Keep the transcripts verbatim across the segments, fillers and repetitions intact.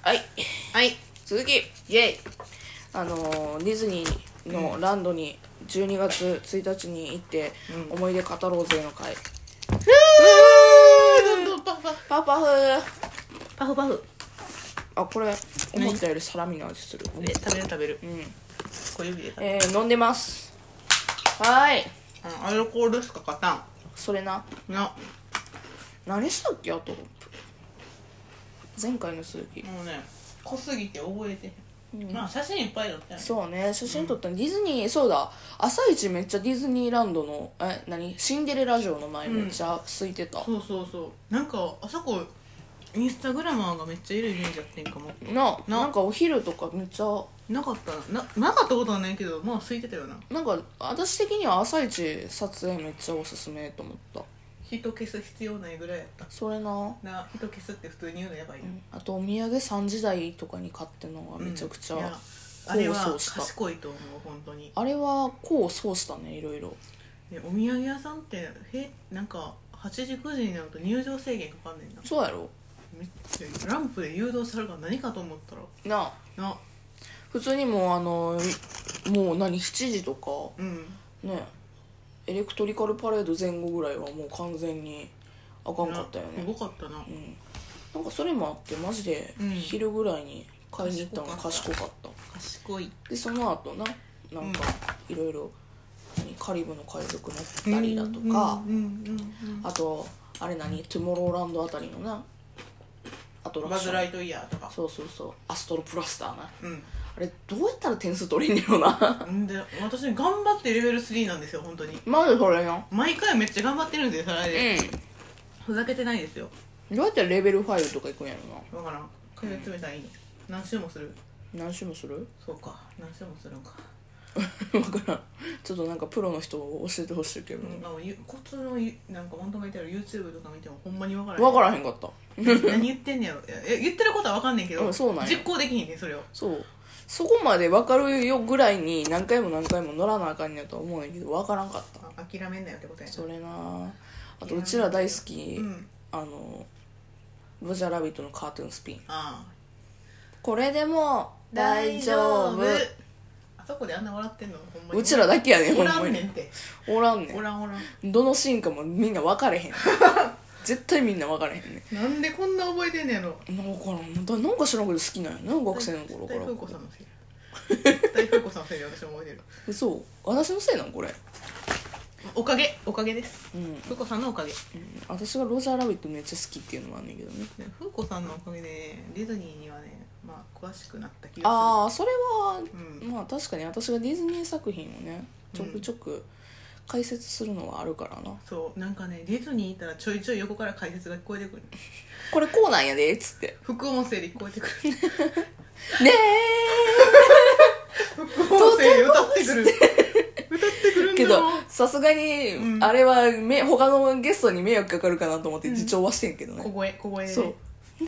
はいはい続きイエイ。 あのーディズニーのランドにじゅうにがつついたちに行って、うん、思い出語ろうぜの会。ふーどんどんパフパフパフパフパフ。 あ、これ思ったよりサラミの味する。 で食べる食べる。 うん。 小指で食べる。 えー、飲んでます。はーい。 アルコールしか勝たん。 それな。 な。 何したっけあと。前回の続き。 もうね、濃すぎて覚えてへん。うん、まあ写真いっぱい撮ったよね。 そうね、写真撮ったの、うん、ディズニー、そうだ、朝一めっちゃディズニーランドのえ何シンデレラ城の前めっちゃ空いてた、 うん、そうそうそう。なんかあそこインスタグラマーがめっちゃいるイメージやってんかもな。な、なんかお昼とかめっちゃなかったな。な、なかったことはないけど、まあ空いてたよな。 なんか私的には朝一撮影めっちゃおすすめと思った。 人消す必要ないぐらいやった。 それな。 な、人消すって普通に言うのやばいよ、うん、 あとお土産さんじ台とかに買ってんのがめちゃくちゃ、うん、 あれは賢いと思う。本当にあれは功を奏したね。いろいろお土産屋さんってへなんかはちじくじになると入場制限かかんねんな。 そうやろ。 めっちゃランプで誘導されるから何かと思ったらなな普通にもうあのもう何しちじとか、うん、ねエレクトリカルパレード前後ぐらいはもう完全にあかんかったよね。 すごかったな、うん、 なんかそれもあってマジで昼ぐらいに買いに行ったのが賢かった。 賢い。 でその後ななんかいろいろカリブの海賊乗ったりだとか、あとあれ何トゥモローランドあたりのなアトラクション、 バズ・ライトイヤーとか、 そうそうそう、アストロプラスターな、 うん、 あれどうやったら点数取れんねやろなんで私頑張ってレベルスリーなんですよ本当に。 マジそれな。 毎回めっちゃ頑張ってるんですよそれで、うん、ふざけてないですよ。 どうやったらレベルごとかいくんやろな。分からん。通い詰めたらいいね、うん、何周もする。 何周もする。 そうか、何周もするんか分からん。ちょっとなんかプロの人を教えてほしいけど、うん、 なんかコツのなんかまとめてある YouTube とか見てもほんまに分からへん。 分からへんかった何言ってんねやろ。え言ってることは分かんねんけど、うん、そうなんや。実行できひんねんそれを。 そうそこまで分かるよぐらいに何回も何回も乗らなあかんねやとは思うんやけど分からんかった。 諦めんなよってことやな。 それな。あとうちら大好き、うん、あのロジャーラビットのカートゥーンスピン。ああこれでも大丈夫。 あそこであんな笑ってんのほんまにうちらだけやねん。 おらんねんっておらんねん。 おらんおらん。 どのシーンかもみんな分かれへん絶対みんな分かれへんねん。なんでこんな覚えてんねやろ。 分からん。だなんか知らんけど好きなんやな学生の頃から。 大風子さんのせい大風子さんのせいで私も覚えてる。 嘘私のせいなんこれ。 おかげおかげです、うん、風子さんのおかげ、うん、 私がロジャーラビットめっちゃ好きっていうのもあんねんけどね。 風子さんのおかげでディズニーにはねまあ詳しくなった気がする。 ああそれは、うん、まあ確かに私がディズニー作品をねちょくちょく解説するのはあるからな、うん、 そうなんかねディズニー行ったらちょいちょい横から解説が聞こえてくるこれこうなんやでっつって副音声で聞こえてくるねえ副音声で歌ってくる歌ってくるんだけどさすがに、うん、あれはめ他のゲストに迷惑かかるかなと思って自重はしてんけどね、 うん、小声小声で、ね、 そうね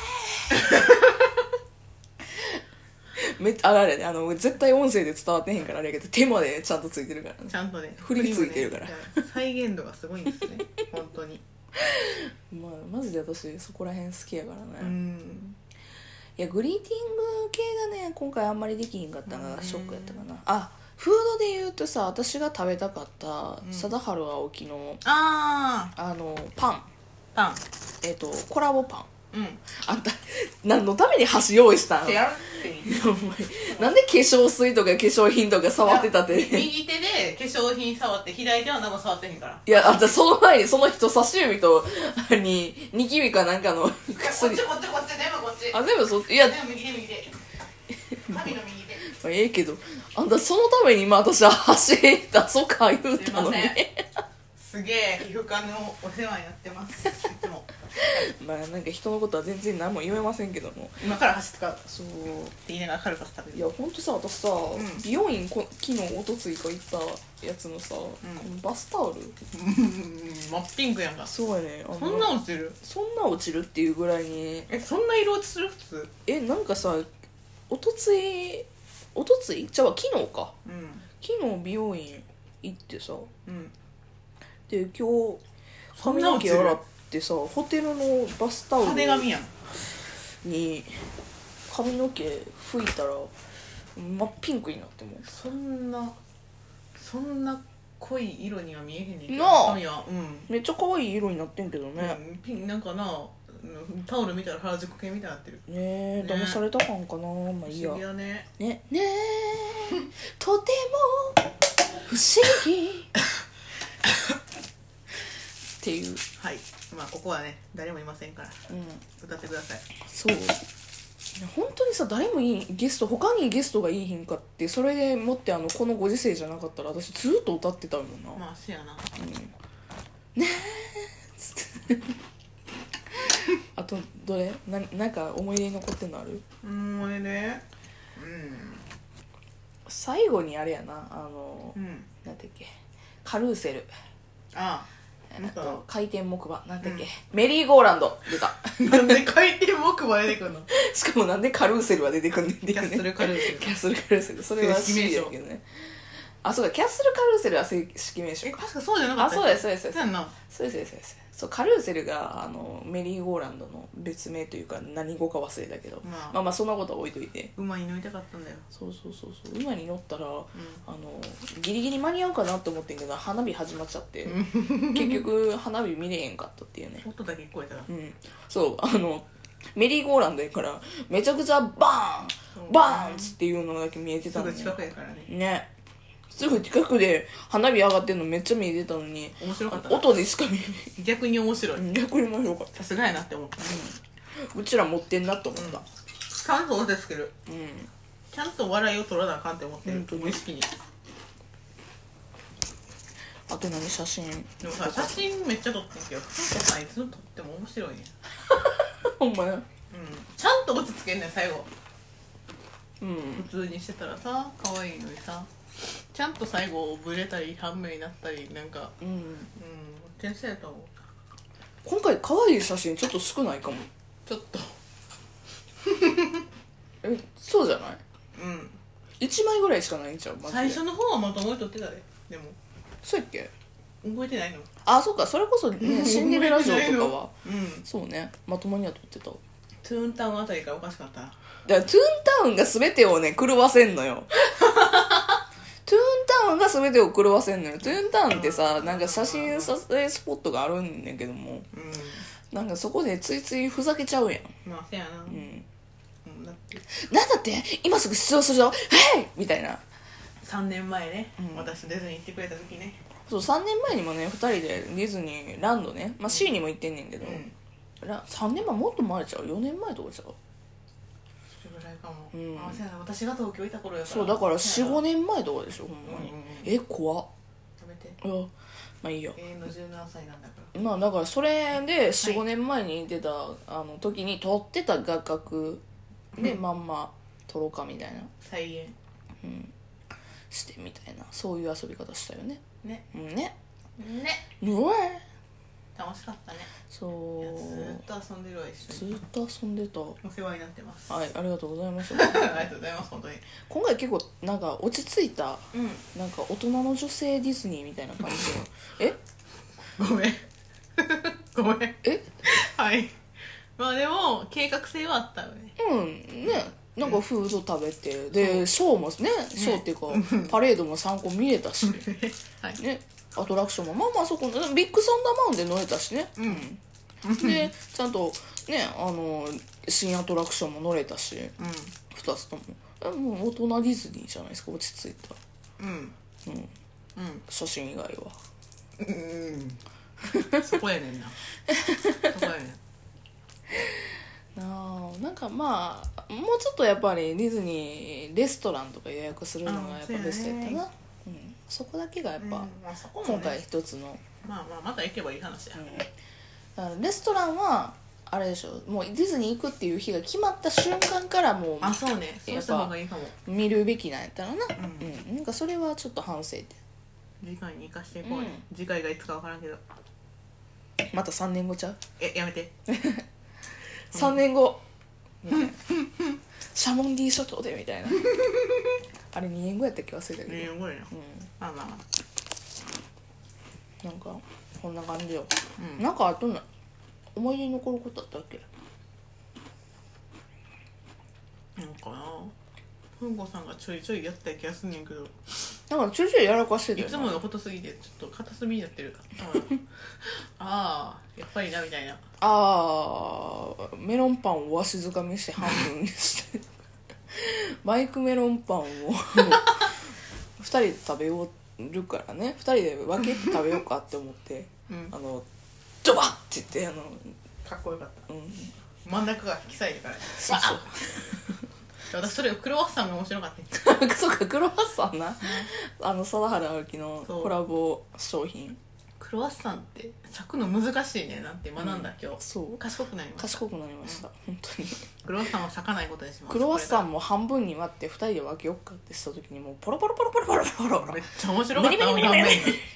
めっちゃあれねあの絶対音声で伝わってへんからあれやけど手までちゃんとついてるからね。 ちゃんとね振りついてるから、 ね、再現度がすごいんですね本当にまあマジで私そこら辺好きやからね。うんいやグリーティング系がね今回あんまりできひんかったのがショックやったかな。あフードで言うとさ私が食べたかった貞治青木の、うん、ああのパンパンえっ、ー、とコラボパン。うん、あんた何のために箸用意したん？ やるってなんで化粧水とか化粧品とか触ってたって。 右手で化粧品触って左手は何も触ってへんから。 いやあんたその前にその人差し指とにニキビかなんかの薬。こっちこっちこっち全部こっち。 あ全部そいや全部右手右手。神の右手。 まあ、ええけどあんたそのために今私は箸出そうか言うたのに。 すげえ皮膚科のお世話になってますいつもまあなんか人のことは全然何も言えませんけども今から走ってかそうって言いながらカルパス食べる。 いやほんとさ私さ、うん、美容院こ昨日おとついか行ったやつのさ、うん、このバスタオル真っピンクやんか。 そうやねそんな落ちるそんな落ちるっていうぐらいにえそんな色落ちする普通。 えなんかさおとついおとついじゃあ昨日か、うん、昨日美容院行ってさ、うんで今日髪の毛洗ってさホテルのバスタオル派手髪やんに髪の毛拭いたら真っピンクになってもそんなそんな濃い色には見えへんねんけどなあ髪は、うん、 めっちゃ可愛い色になってんけどね、 うん、ピンなんかなタオル見たら原宿系みたいになってるねえ、騙された感かな。まあいいや。 不思議やね。 ねねえとても不思議っていう。 はい、まあここはね誰もいませんから、 うん、 歌ってください。 そう本当にさ、誰もいいゲスト他にゲストがいいひんかって、それでもってあのこのご時世じゃなかったら私ずっと歌ってたもんな。 まあせやな、 うん、ねえつってあとどれな、なんか思い出に残ってんのある？ うん俺ね、うん最後にあれやな、あの、うん、なんてっけ、カルーセル、 ああと回転木馬なんてっけ、うん、メリーゴーランド出たなんで回転木馬出てくんのしかもなんでカルーセルは出てくんねんっていうね。 キャッスルカルーセルキャッスルカルーセルそれは シー だけどね。あ、そうか、キャッスルカルーセルは正式名称か。 え、確かそうじゃなかった。 あ、そうですそうですそうですそうやんな。 そうですそうです。そう、カルーセルがあのメリーゴーランドの別名というか何語か忘れたけど、まあ、まあまあそんなことは置いといて、 馬に乗りたかったんだよ。 そうそうそうそう、馬に乗ったら、うん、あのギリギリ間に合うかなと思ってんけど花火始まっちゃって結局花火見れへんかったっていうね。 音だけ聞こえたら、 うん、そうあのメリーゴーランドやからめちゃくちゃバーンバーンっていうのだけ見えてたのに、 すぐ近くやからね。 ね、すぐ近くで花火上がってんのめっちゃ見えてたのに面白かったな。 音でしか見えない。 逆に面白い。 逆に面白かった。 さすがやなって思った、 うん、うちら持ってんなと思った、うん、 ちゃんと音でつける、うん、ちゃんと笑いを取らなあかんって思ってる、無意識に。 あと何写真でもさ、写真めっちゃ撮ってんけどさ、いつ撮っても面白いねほんまや、 うん、ちゃんと落ち着けんねん最後、 うん、 普通にしてたらさ可愛いのにさ、ちゃんと最後ブレたり半目になったりなんか、うん、うん、天才やと思う。 今回可愛い写真ちょっと少ないかも。 ちょっとえ、そうじゃない？ うん、 いちまいぐらいしかないんちゃう？ 最初の方はまともに撮ってたで。でもそうやっけ？ 覚えてないの？ あ、そうか、それこそねシンデレラ城とかは、 うん、 そうね、まともには撮ってた。 トゥーンタウンあたりからおかしかったな。だからトゥーンタウンが全てをね狂わせんのよトゥーンタウンが全てを狂わせんのよ。トゥーンタウンってさ、なんか写真撮影スポットがあるんだけども、うん、なんかそこでついついふざけちゃうやん。 まあせやな、うん、 うん、だってなんだって今すぐ出動するぞヘイみたいな。 さんねんまえね、うん、私ディズニー行ってくれた時ね。 そう、さんねんまえにもねふたりでディズニーランドね、まあ、シー にも行ってんねんけど、うん、さんねんまえもっと前ちゃう？よねんまえとかちゃう？ それぐらいかも、 うん、 あ、そうやな、私が東京いた頃やから。 そうだから よん、ごねんまえとかでしょほんまに、うんうんうん、え、怖っ。 食べて。 いや、まあいいよ。 永遠のじゅうななさいなんだから。 まあだからそれで よん、ごねんまえに出たあの時に撮ってた画角で、うん、まんま撮ろうかみたいな再現、 うん、してみたいな、そういう遊び方したよね。 ね、 うん、ねね、 うわ楽しかったね。 そう、 ずっと遊んでるわ一緒に。ずっと遊んでた。 お世話になってます。 はい、ありがとうございますありがとうございます。本当に今回結構なんか落ち着いた、 うん、 なんか大人の女性ディズニーみたいな感じでえごめんごめんえはい、まあでも計画性はあったよね。 うんね、なんかフード食べて、うん、でショーもね、ショーっていうか、ね、パレードもさんこ見れたし、はいね、アトラクションもまあまあそこのビッグサンダーマウンテン乗れたしね、うん、でちゃんとねあの新アトラクションも乗れたし、うん、ふたつとももう大人ディズニーじゃないですか、落ち着いた。うん、うんうん、写真以外はうんそこやねんなそこやねんなあ。なんかまあもうちょっとやっぱりディズニーレストランとか予約するのがやっぱベストやったな、うん、そこだけがやっぱ、うんまあそこもね、今回一つのまあまあまた行けばいい話や、うん、だからレストランはあれでしょ、もうディズニー行くっていう日が決まった瞬間からもうあそうね、そうした方がいいかも。 見るべきなんやったらな、うん、うん、なんかそれはちょっと反省点。 次回に生かしていこうね、うん、次回がいつか分からんけどまたさんねんごちゃう？ え、やめてさんねんご、うん、シャモンディ諸島でみたいなあれにねんごやったっけ忘れたけどにねんごやな、うん、まあまあまあなんかこんな感じよ、うん、なんかあとな思い出に残ることあったっけ？ ふんこさんがちょいちょいやった気がすんねんけど、 だからちょいちょいやらかしてたよいつものことすぎてちょっと片隅になってるああやっぱりなみたいな。 あーメロンパンをわしづかみして半分にしてバイクメロンパンをふたりで食べようるからね、ふたりで分けて食べようかって思って、うん、あのドバッって言ってあのかっこよかった、 うん、 真ん中が引き裂いてからそうそう私それクロワッサンが面白かったそうかクロワッサンな、うん、あの貞原青木のコラボ商品。 クロワッサンって咲くの難しいねなんて学んだ、うん、今日。そう賢くなりました。 賢くなりました、うん、本当にクロワッサンは咲かないことにします。 クロワッサンも半分に割ってふたりで分けよっかってした時にもうポロポロポロポロポロポロポロめっちゃ面白かった。断面が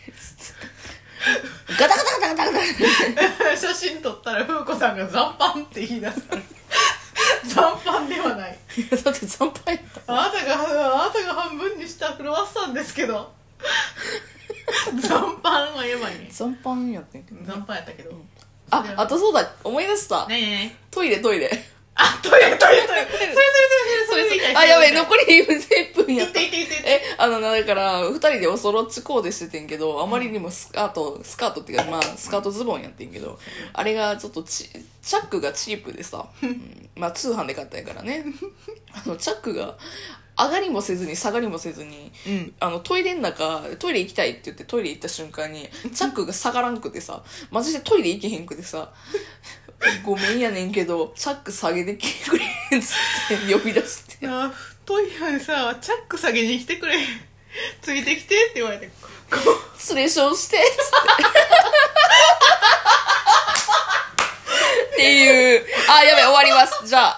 ガタガタガタガタガタ写真撮ったら風子さんが残飯って言い出すから残飯ではない。 いやだって残飯やったあなたがあなたが半分にしたクロワッサンですけど残飯はやばいね。 残飯やったんやけど、ね、 残飯やったけど、うん、 ああとそうだ思い出した。 ねえねえトイレトイレあトイレトイレトイレそれそれそれそれそれそれあやばい残りいっぷんやったいっていっていってえあのだからふたりでおそろっちコーデしててんけど、あまりにもスカートスカートっていうかまあスカートズボンやってんけど、あれがちょっとチチャックがチープでさ、うん、まあ通販で買ったんやからねあのチャックが上がりもせずに下がりもせずに、うん、あのトイレの中トイレ行きたいって言ってトイレ行った瞬間にチャックが下がらんくてさマジでトイレ行けへんくてさごめんやねんけどチャック下げてきてくれへんっつって呼び出してあトイレにさチャック下げに来てくれついてきてって言われてスレションしてっつってっていうあやべ終わりますじゃあ